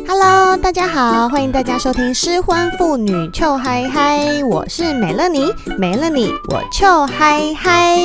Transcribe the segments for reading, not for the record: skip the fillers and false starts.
Hello， 大家好，欢迎大家收听失婚妇女糗嗨嗨，我是美乐妮，没了你我糗嗨嗨。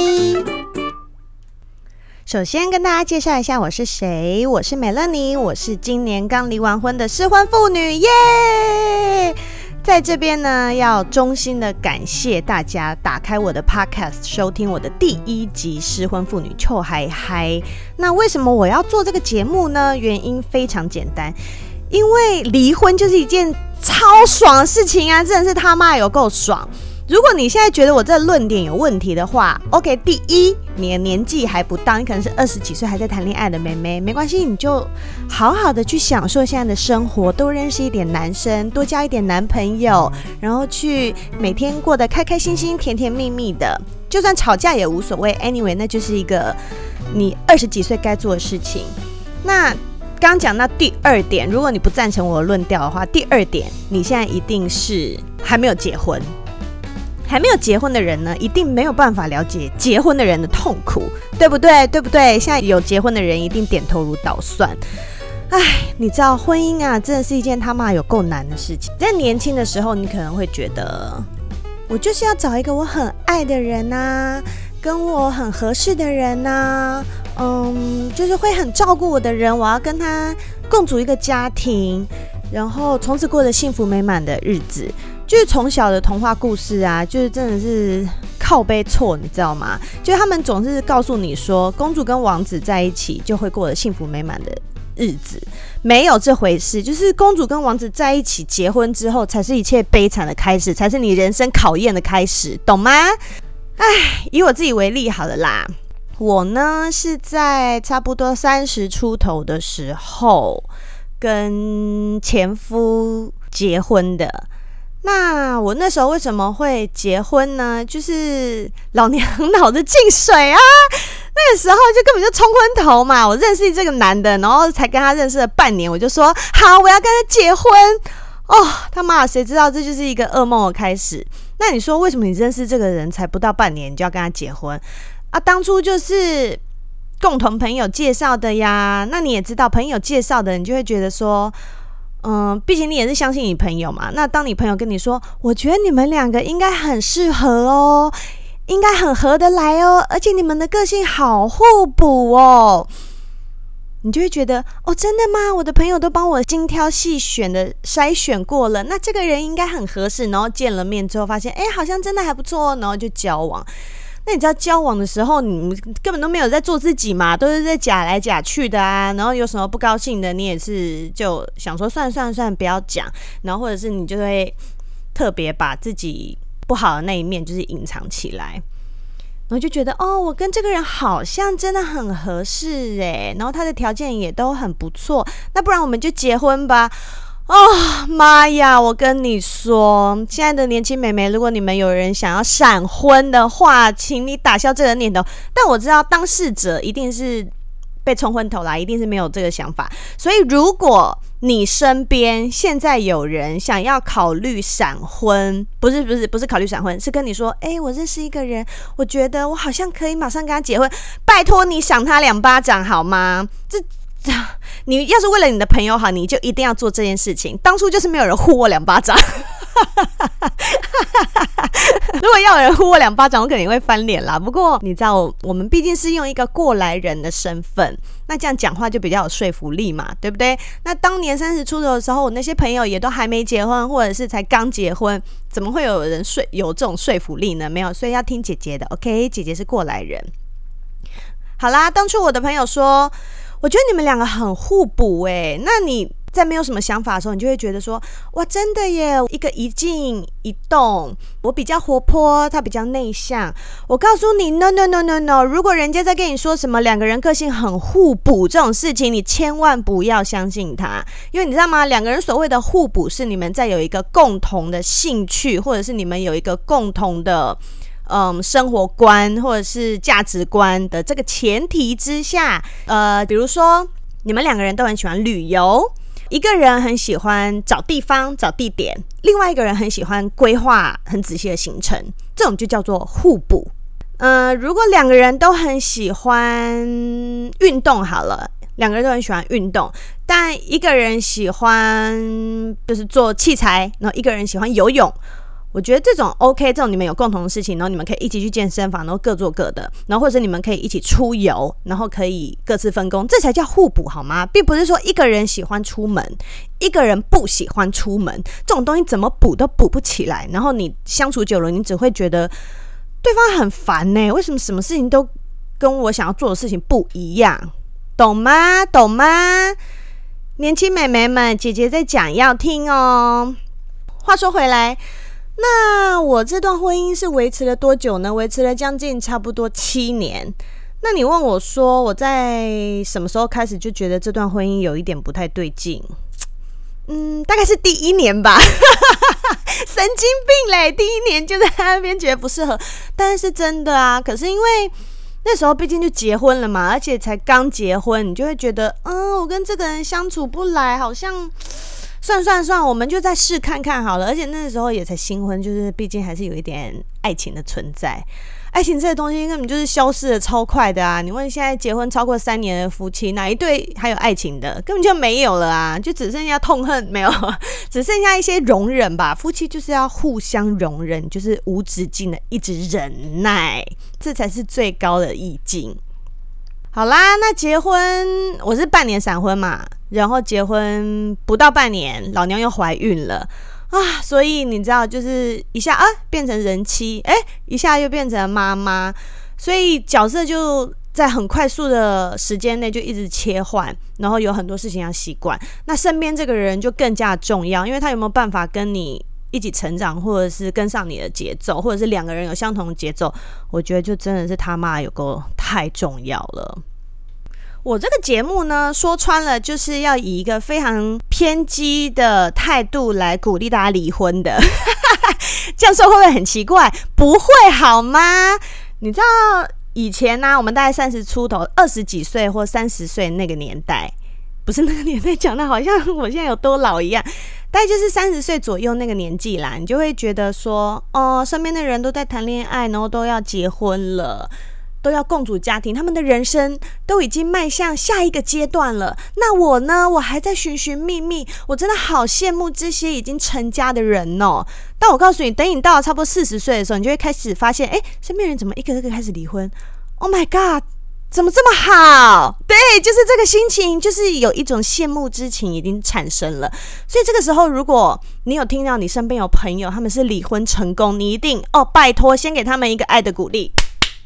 首先跟大家介绍一下我是谁，我是美乐妮，我是今年刚离完婚的失婚妇女耶。在这边呢，要衷心的感谢大家打开我的 podcast 收听我的第1集失婚妇女糗嗨嗨。那为什么我要做这个节目呢？原因非常简单，因为离婚就是一件超爽的事情啊，真的是他妈有够爽。如果你现在觉得我这个论点有问题的话 OK， 第一，你的年纪还不到，你可能是20几岁还在谈恋爱的妹妹，没关系，你就好好的去享受现在的生活，多认识一点男生，多交一点男朋友，然后去每天过得开开心心甜甜蜜蜜的，就算吵架也无所谓， anyway 那就是一个你20几岁该做的事情。那刚讲到第2点，如果你不赞成我的论调的话，第2点，你现在一定是还没有结婚。还没有结婚的人呢，一定没有办法了解结婚的人的痛苦，对不对？对不对？现在有结婚的人一定点头如捣蒜。哎，你知道婚姻啊，真的是一件他妈有够难的事情。在年轻的时候，你可能会觉得，我就是要找一个我很爱的人啊，跟我很合适的人啊，就是会很照顾我的人，我要跟他共组一个家庭，然后从此过着幸福美满的日子。就是从小的童话故事啊，就是真的是靠背错，你知道吗？就是他们总是告诉你说，公主跟王子在一起就会过得幸福美满的日子，没有这回事。就是公主跟王子在一起结婚之后，才是一切悲惨的开始，才是你人生考验的开始，懂吗？哎，以我自己为例好了啦，我呢是在差不多30出头的时候跟前夫结婚的。那我那时候为什么会结婚呢？就是老娘脑子进水啊！那个时候就根本就冲昏头嘛。我认识这个男的，然后才跟他认识了半年，我就说好，我要跟他结婚。哦，他妈，谁知道这就是一个噩梦的开始。那你说为什么你认识这个人才不到半年，你就要跟他结婚啊？当初就是共同朋友介绍的呀。那你也知道，朋友介绍的，你就会觉得说。毕竟你也是相信你朋友嘛。那当你朋友跟你说，我觉得你们两个应该很适合哦，应该很合得来哦，而且你们的个性好互补哦，你就会觉得哦，真的吗？我的朋友都帮我精挑细选的筛选过了，那这个人应该很合适。然后见了面之后发现，好像真的还不错，然后就交往。那你知道交往的时候，你根本都没有在做自己嘛，都是在假来假去的啊。然后有什么不高兴的，你也是就想说算了，不要讲。然后或者是你就会特别把自己不好的那一面就是隐藏起来，然后就觉得哦，我跟这个人好像真的很合适耶，然后他的条件也都很不错，那不然我们就结婚吧。哦妈呀，我跟你说，现在的年轻美眉，如果你们有人想要闪婚的话，请你打消这个念头。但我知道当事者一定是被冲昏头啦，一定是没有这个想法。所以如果你身边现在有人想要考虑闪婚，不是考虑闪婚，是跟你说我认识一个人，我觉得我好像可以马上跟他结婚，拜托你赏他2巴掌好吗？你要是为了你的朋友好，你就一定要做这件事情。当初就是没有人呼我2巴掌如果要有人呼我2巴掌，我肯定会翻脸啦。不过你知道，我们毕竟是用一个过来人的身份，那这样讲话就比较有说服力嘛，对不对？那当年30出头的时候，我那些朋友也都还没结婚，或者是才刚结婚，怎么会有人有这种说服力呢？没有，所以要听姐姐的 OK， 姐姐是过来人。好啦，当初我的朋友说，我觉得你们两个很互补那你在没有什么想法的时候，你就会觉得说，哇，真的耶，一个一静一动，我比较活泼，他比较内向。我告诉你 no， 如果人家在跟你说什么两个人个性很互补这种事情，你千万不要相信他。因为你知道吗，两个人所谓的互补是你们在有一个共同的兴趣，或者是你们有一个共同的生活观或者是价值观的这个前提之下，比如说你们两个人都很喜欢旅游，一个人很喜欢找地方找地点，另外一个人很喜欢规划很仔细的行程，这种就叫做互补。如果两个人都很喜欢运动好了， 两个人都很喜欢运动，但一个人喜欢就是做器材，然后一个人喜欢游泳。我觉得这种 OK， 这种你们有共同的事情，然后你们可以一起去健身房，然后各做各的，然后或者你们可以一起出游，然后可以各自分工，这才叫互补好吗？并不是说一个人喜欢出门，一个人不喜欢出门，这种东西怎么补都补不起来，然后你相处久了，你只会觉得对方很烦为什么什么事情都跟我想要做的事情不一样，懂吗？懂吗？年轻美眉们，姐姐在讲要听哦。话说回来，那我这段婚姻是维持了多久呢？维持了将近差不多7年。那你问我说我在什么时候开始就觉得这段婚姻有一点不太对劲？大概是第1年吧。神经病嘞，第1年就在那边觉得不适合，但是真的啊。可是因为那时候毕竟就结婚了嘛，而且才刚结婚，你就会觉得我跟这个人相处不来，好像算，我们就再试看看好了。而且那时候也才新婚，就是毕竟还是有一点爱情的存在。爱情这个东西根本就是消失的超快的啊！你问现在结婚超过3年的夫妻，哪一对还有爱情的？根本就没有了啊！就只剩下痛恨，没有，只剩下一些容忍吧。夫妻就是要互相容忍，就是无止境的一直忍耐，这才是最高的意境。好啦，那结婚我是半年闪婚嘛，然后结婚不到半年，老娘又怀孕了啊！所以你知道，就是一下变成人妻，一下又变成妈妈，所以角色就在很快速的时间内就一直切换，然后有很多事情要习惯。那身边这个人就更加重要，因为他有没有办法跟你一起成长，或者是跟上你的节奏，或者是两个人有相同的节奏，我觉得就真的是他妈有够太重要了。我这个节目呢，说穿了就是要以一个非常偏激的态度来鼓励大家离婚的。这样说会不会很奇怪？不会好吗？你知道以前我们大概30出头20几岁或30岁那个年代，不是那个年代讲的好像我现在有多老一样，大概就是30岁左右那个年纪啦，你就会觉得说身边的人都在谈恋爱，然后都要结婚了，都要共组家庭，他们的人生都已经迈向下一个阶段了。那我呢？我还在寻寻觅觅，我真的好羡慕这些已经成家的人哦。但我告诉你，等你到了差不多40岁的时候，你就会开始发现，身边人怎么一个一个开始离婚 ？Oh my god！ 怎么这么好？对，就是这个心情，就是有一种羡慕之情已经产生了。所以这个时候，如果你有听到你身边有朋友他们是离婚成功，你一定拜托先给他们一个爱的鼓励。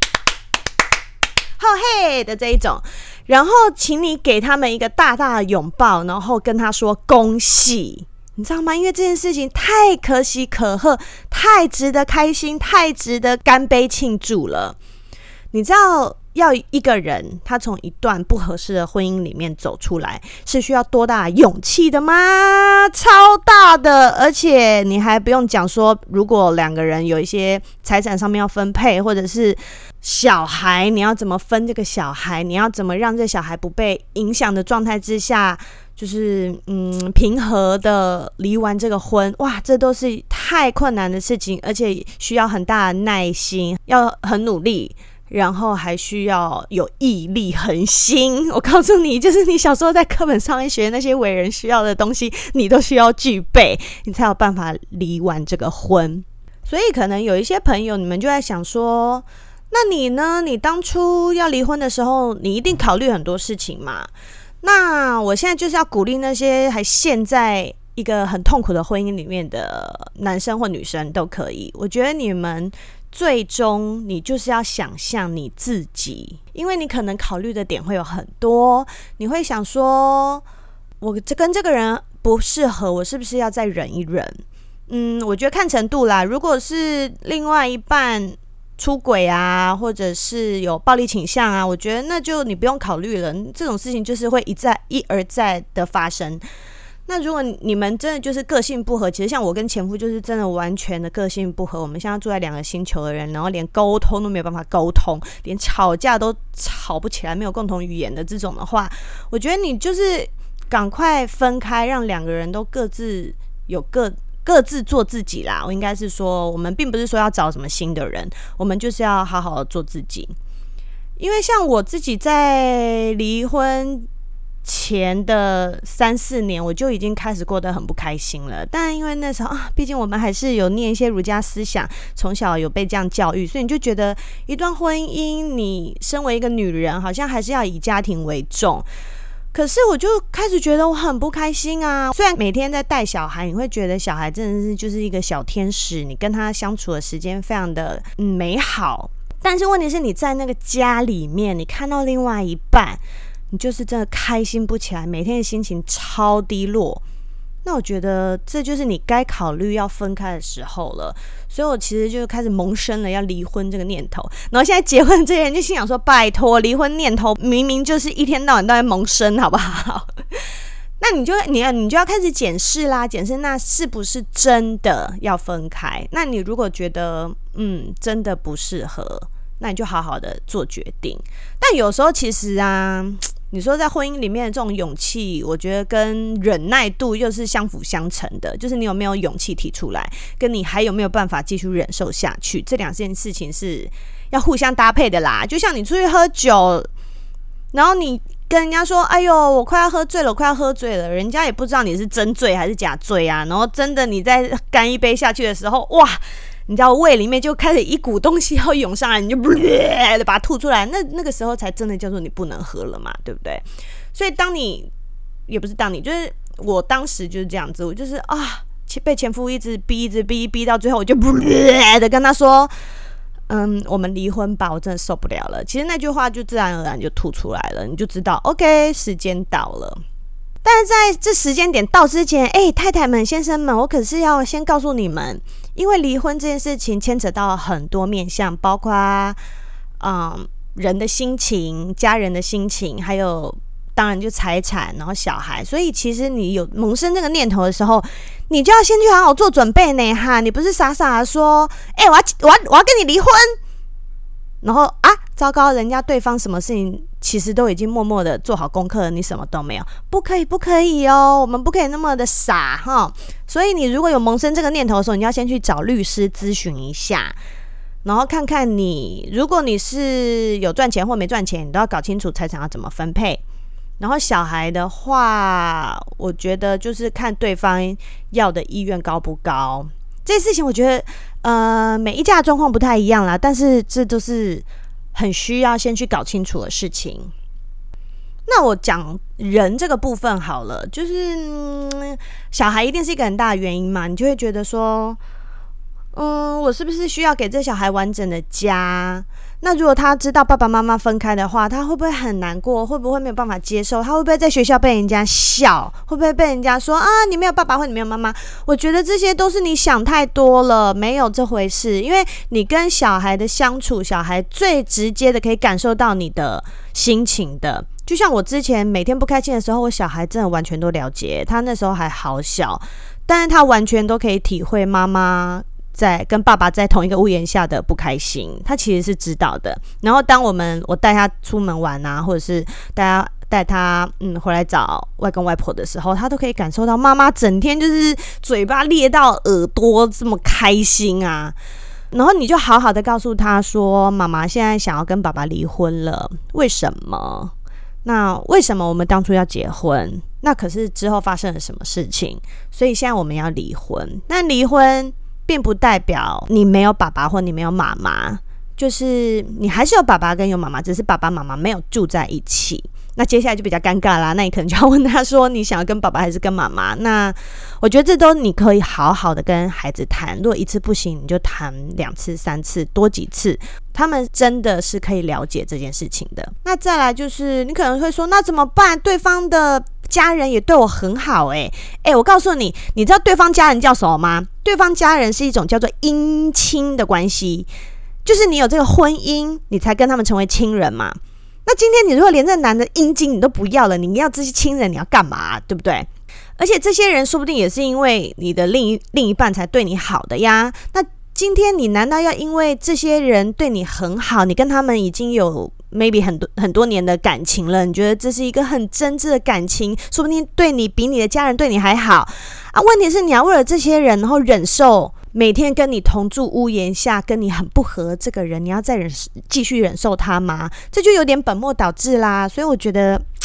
好嘿的这一种，然后请你给他们一个大大的拥抱，然后跟他说恭喜，你知道吗？因为这件事情太可喜可贺，太值得开心，太值得干杯庆祝了。你知道要一个人他从一段不合适的婚姻里面走出来是需要多大的勇气的吗？超大的。而且你还不用讲说，如果两个人有一些财产上面要分配，或者是小孩你要怎么分这个小孩，你要怎么让这小孩不被影响的状态之下，就是平和的离完这个婚，哇，这都是太困难的事情，而且需要很大的耐心，要很努力，然后还需要有毅力恒心。我告诉你，就是你小时候在课本上面学那些伟人需要的东西，你都需要具备，你才有办法离完这个婚。所以可能有一些朋友，你们就在想说，那你呢？你当初要离婚的时候，你一定考虑很多事情嘛。那我现在就是要鼓励那些还陷在一个很痛苦的婚姻里面的男生或女生都可以。我觉得你们最终你就是要想象你自己，因为你可能考虑的点会有很多，你会想说，我跟这个人不适合，我是不是要再忍一忍？我觉得看程度啦。如果是另外一半出轨啊，或者是有暴力倾向啊，我觉得那就你不用考虑了，这种事情就是会一而再的发生。那如果你们真的就是个性不合，其实像我跟前夫就是真的完全的个性不合，我们现在住在2个星球的人，然后连沟通都没有办法沟通，连吵架都吵不起来，没有共同语言的这种的话，我觉得你就是赶快分开，让2个人都各自有各自做自己啦。我应该是说，我们并不是说要找什么新的人，我们就是要好好的做自己。因为像我自己在离婚前的3-4年我就已经开始过得很不开心了，但因为那时候毕竟我们还是有念一些儒家思想，从小有被这样教育，所以你就觉得一段婚姻你身为一个女人好像还是要以家庭为重。可是我就开始觉得我很不开心啊，虽然每天在带小孩，你会觉得小孩真的是就是一个小天使，你跟他相处的时间非常的美好，但是问题是你在那个家里面，你看到另外一半，你就是真的开心不起来，每天的心情超低落。那我觉得这就是你该考虑要分开的时候了，所以我其实就开始萌生了要离婚这个念头。然后现在结婚这些人就心想说，拜托，离婚念头明明就是一天到晚都在萌生，好不好？那你就要开始检视啦，检视那是不是真的要分开。那你如果觉得真的不适合，那你就好好的做决定。但有时候其实啊，你说在婚姻里面的这种勇气，我觉得跟忍耐度又是相辅相成的，就是你有没有勇气提出来，跟你还有没有办法继续忍受下去，这两件事情是要互相搭配的啦。就像你出去喝酒，然后你跟人家说，哎呦，我快要喝醉了，我快要喝醉了，人家也不知道你是真醉还是假醉啊。然后真的你在干一杯下去的时候，哇，你知道胃里面就开始一股东西要涌上来，你就的把它吐出来，那个时候才真的叫做你不能喝了嘛，对不对？所以就是我当时就是这样子，我就是被前夫一直逼到最后，我就的跟他说，我们离婚吧，我真的受不了了。其实那句话就自然而然就吐出来了，你就知道 OK 时间到了。但是在这时间点到之前，太太们先生们，我可是要先告诉你们，因为离婚这件事情牵扯到很多面向，包括人的心情、家人的心情，还有当然就财产，然后小孩。所以其实你有萌生这个念头的时候，你就要先去好好做准备呢哈！你不是傻傻的说，我要跟你离婚，然后糟糕，人家对方什么事情其实都已经默默的做好功课了，你什么都没有，不可以哦，我们不可以那么的傻哈。所以你如果有萌生这个念头的时候，你要先去找律师咨询一下，然后看看如果你是有赚钱或没赚钱，你都要搞清楚财产要怎么分配。然后小孩的话，我觉得就是看对方要的意愿高不高。这些事情我觉得每一家的状况不太一样啦，但是这都是很需要先去搞清楚的事情。那我讲人这个部分好了，就是小孩一定是一个很大的原因嘛，你就会觉得说我是不是需要给这小孩完整的家？那如果他知道爸爸妈妈分开的话，他会不会很难过？会不会没有办法接受？他会不会在学校被人家笑？会不会被人家说你没有爸爸或你没有妈妈？我觉得这些都是你想太多了，没有这回事。因为你跟小孩的相处，小孩最直接的可以感受到你的心情的。就像我之前每天不开心的时候，我小孩真的完全都了解，他那时候还好小，但是他完全都可以体会妈妈在跟爸爸在同一个屋檐下的不开心，他其实是知道的。然后当我带他出门玩啊，或者是带他回来找外公外婆的时候，他都可以感受到妈妈整天就是嘴巴裂到耳朵这么开心啊。然后你就好好的告诉他说，妈妈现在想要跟爸爸离婚了，为什么？那为什么我们当初要结婚？那可是之后发生了什么事情，所以现在我们要离婚。但离婚并不代表你没有爸爸或你没有妈妈，就是你还是有爸爸跟有妈妈，只是爸爸妈妈没有住在一起。那接下来就比较尴尬啦，那你可能就要问他说，你想要跟爸爸还是跟妈妈？那我觉得这都你可以好好的跟孩子谈，如果一次不行，你就谈2次3次，多几次，他们真的是可以了解这件事情的。那再来就是你可能会说，那怎么办？对方的家人也对我很好我告诉你，你知道对方家人叫什么吗？对方家人是一种叫做姻亲的关系，就是你有这个婚姻，你才跟他们成为亲人嘛。那今天你如果连这男的姻亲你都不要了，你要这些亲人你要干嘛？对不对？而且这些人说不定也是因为你的另一半才对你好的呀。那今天你难道要因为这些人对你很好，你跟他们已经有 maybe 很多年的感情了，你觉得这是一个很真挚的感情，说不定对你比你的家人对你还好啊？问题是你要为了这些人然后忍受每天跟你同住屋檐下跟你很不合这个人，你要再继续忍受他吗？这就有点本末倒置啦。所以我觉得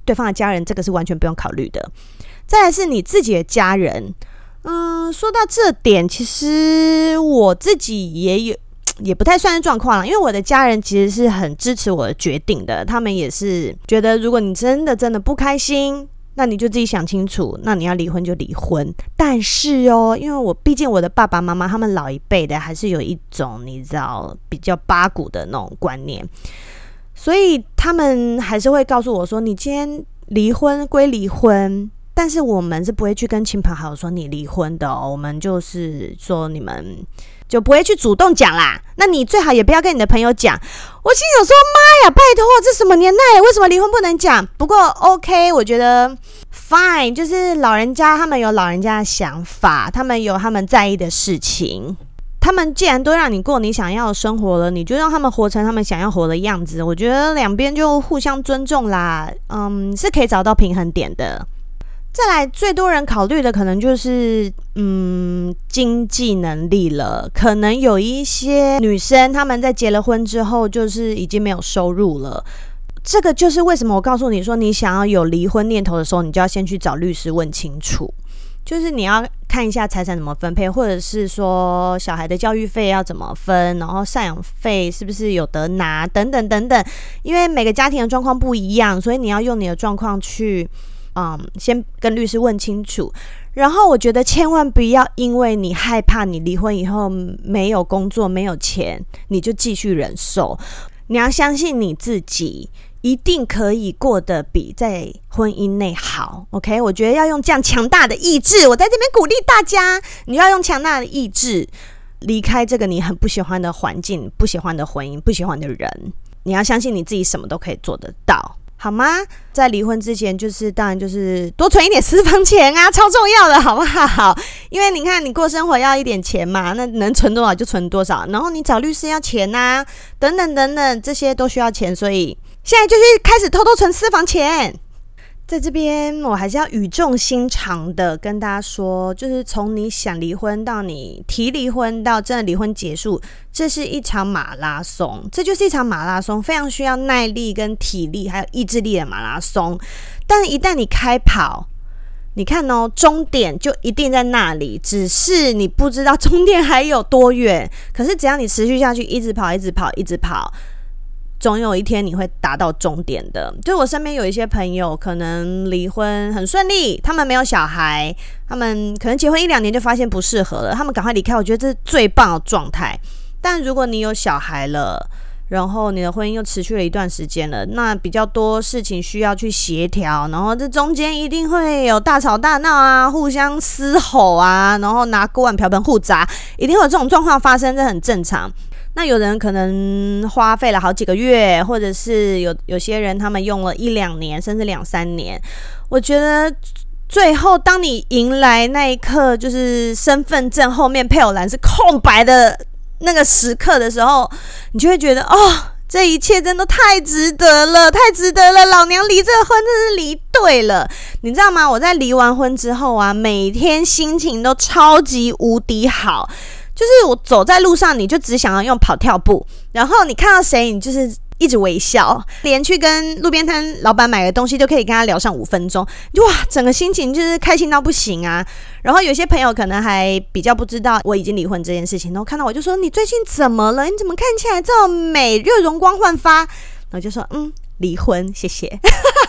对方的家人这个是完全不用考虑的。再来是你自己的家人，说到这点，其实我自己也不太算是状况啦，因为我的家人其实是很支持我的决定的，他们也是觉得如果你真的不开心，那你就自己想清楚，那你要离婚就离婚。但是因为毕竟我的爸爸妈妈他们老一辈的还是有一种你知道比较八股的那种观念，所以他们还是会告诉我说，你今天离婚归离婚，但是我们是不会去跟亲朋好友说你离婚的我们就是说你们就不会去主动讲啦，那你最好也不要跟你的朋友讲。我心想说，妈呀，拜托，这什么年代了，为什么离婚不能讲？不过 OK， 我觉得 fine， 就是老人家他们有老人家的想法，他们有他们在意的事情，他们既然都让你过你想要的生活了，你就让他们活成他们想要活的样子，我觉得两边就互相尊重啦，是可以找到平衡点的。再来最多人考虑的可能就是经济能力了，可能有一些女生她们在结了婚之后就是已经没有收入了，这个就是为什么我告诉你说你想要有离婚念头的时候，你就要先去找律师问清楚，就是你要看一下财产怎么分配，或者是说小孩的教育费要怎么分，然后赡养费是不是有得拿等等等等，因为每个家庭的状况不一样，所以你要用你的状况去先跟律师问清楚。然后我觉得千万不要因为你害怕你离婚以后没有工作没有钱你就继续忍受，你要相信你自己一定可以过得比在婚姻内好 OK， 我觉得要用这样强大的意志，我在这边鼓励大家，你要用强大的意志离开这个你很不喜欢的环境，不喜欢的婚姻，不喜欢的人，你要相信你自己什么都可以做得到，好吗？在离婚之前当然就是多存一点私房钱啊，超重要的好不好？因为你看你过生活要一点钱嘛，那能存多少就存多少，然后你找律师要钱啊，等等等等，这些都需要钱，所以现在就去开始偷偷存私房钱。在这边我还是要语重心长的跟大家说，就是从你想离婚到你提离婚到真的离婚结束，这是一场马拉松，这就是一场马拉松，非常需要耐力跟体力还有意志力的马拉松。但一旦你开跑，你看终点就一定在那里，只是你不知道终点还有多远，可是只要你持续下去，一直跑一直跑一直跑，总有一天你会达到终点的。就我身边有一些朋友可能离婚很顺利，他们没有小孩，他们可能结婚1-2年就发现不适合了，他们赶快离开，我觉得这是最棒的状态。但如果你有小孩了，然后你的婚姻又持续了一段时间了，那比较多事情需要去协调，然后这中间一定会有大吵大闹啊，互相嘶吼啊，然后拿锅碗瓢盆互砸，一定会有这种状况发生，这很正常。那有人可能花费了好几个月，或者是有些人他们用了1-2年甚至2-3年。我觉得最后当你迎来那一刻，就是身份证后面配偶栏是空白的那个时刻的时候，你就会觉得这一切真的太值得了，太值得了，老娘离这个婚真是离对了。你知道吗？我在离完婚之后啊，每天心情都超级无敌好，就是我走在路上，你就只想要用跑跳步，然后你看到谁，你就是一直微笑，连去跟路边摊老板买个东西都可以跟他聊上5分钟，哇，整个心情就是开心到不行啊。然后有些朋友可能还比较不知道我已经离婚这件事情，然后看到我就说，你最近怎么了？你怎么看起来这么美，又容光焕发？然后就说离婚，谢谢。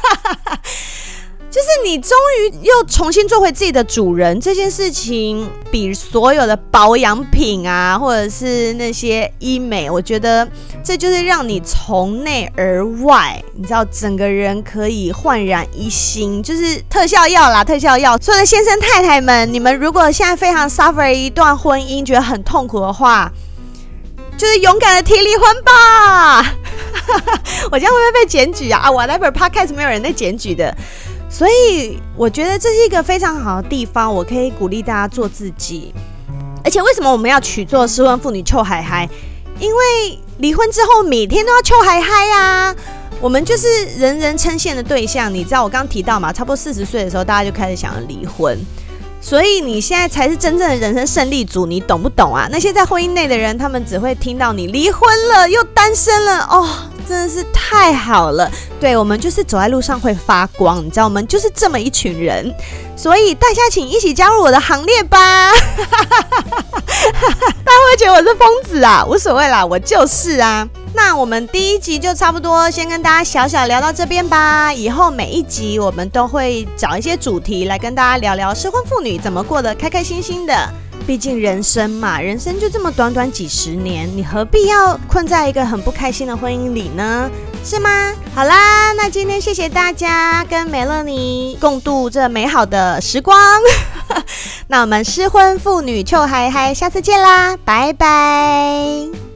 就是你终于又重新做回自己的主人，这件事情比所有的保养品啊，或者是那些医美，我觉得这就是让你从内而外，你知道整个人可以焕然一新，就是特效药啦，特效药。所有的先生太太们，你们如果现在非常 suffer 一段婚姻，觉得很痛苦的话，就是勇敢的提离婚吧。我这样会不会被检举啊？whatever podcast 没有人在检举的。所以我觉得这是一个非常好的地方，我可以鼓励大家做自己。而且为什么我们要取做失婚妇女臭嗨嗨？因为离婚之后每天都要臭嗨嗨啊，我们就是人人称羡的对象。你知道我刚刚提到嘛，差不多40岁的时候大家就开始想要离婚，所以你现在才是真正的人生胜利组，你懂不懂啊？那些在婚姻内的人，他们只会听到你离婚了又单身了， 真的是太好了。对，我们就是走在路上会发光，你知道，我们就是这么一群人，所以大家请一起加入我的行列吧。大家会觉得我是疯子啊，无所谓啦，我就是啊。那我们第一集就差不多先跟大家小小聊到这边吧，以后每一集我们都会找一些主题来跟大家聊聊失婚妇女怎么过得开开心心的。毕竟人生嘛，人生就这么短短几十年，你何必要困在一个很不开心的婚姻里呢？是吗？好啦，那今天谢谢大家跟美乐妮共度这美好的时光。那我们失婚妇女臭嗨嗨，下次见啦，拜拜。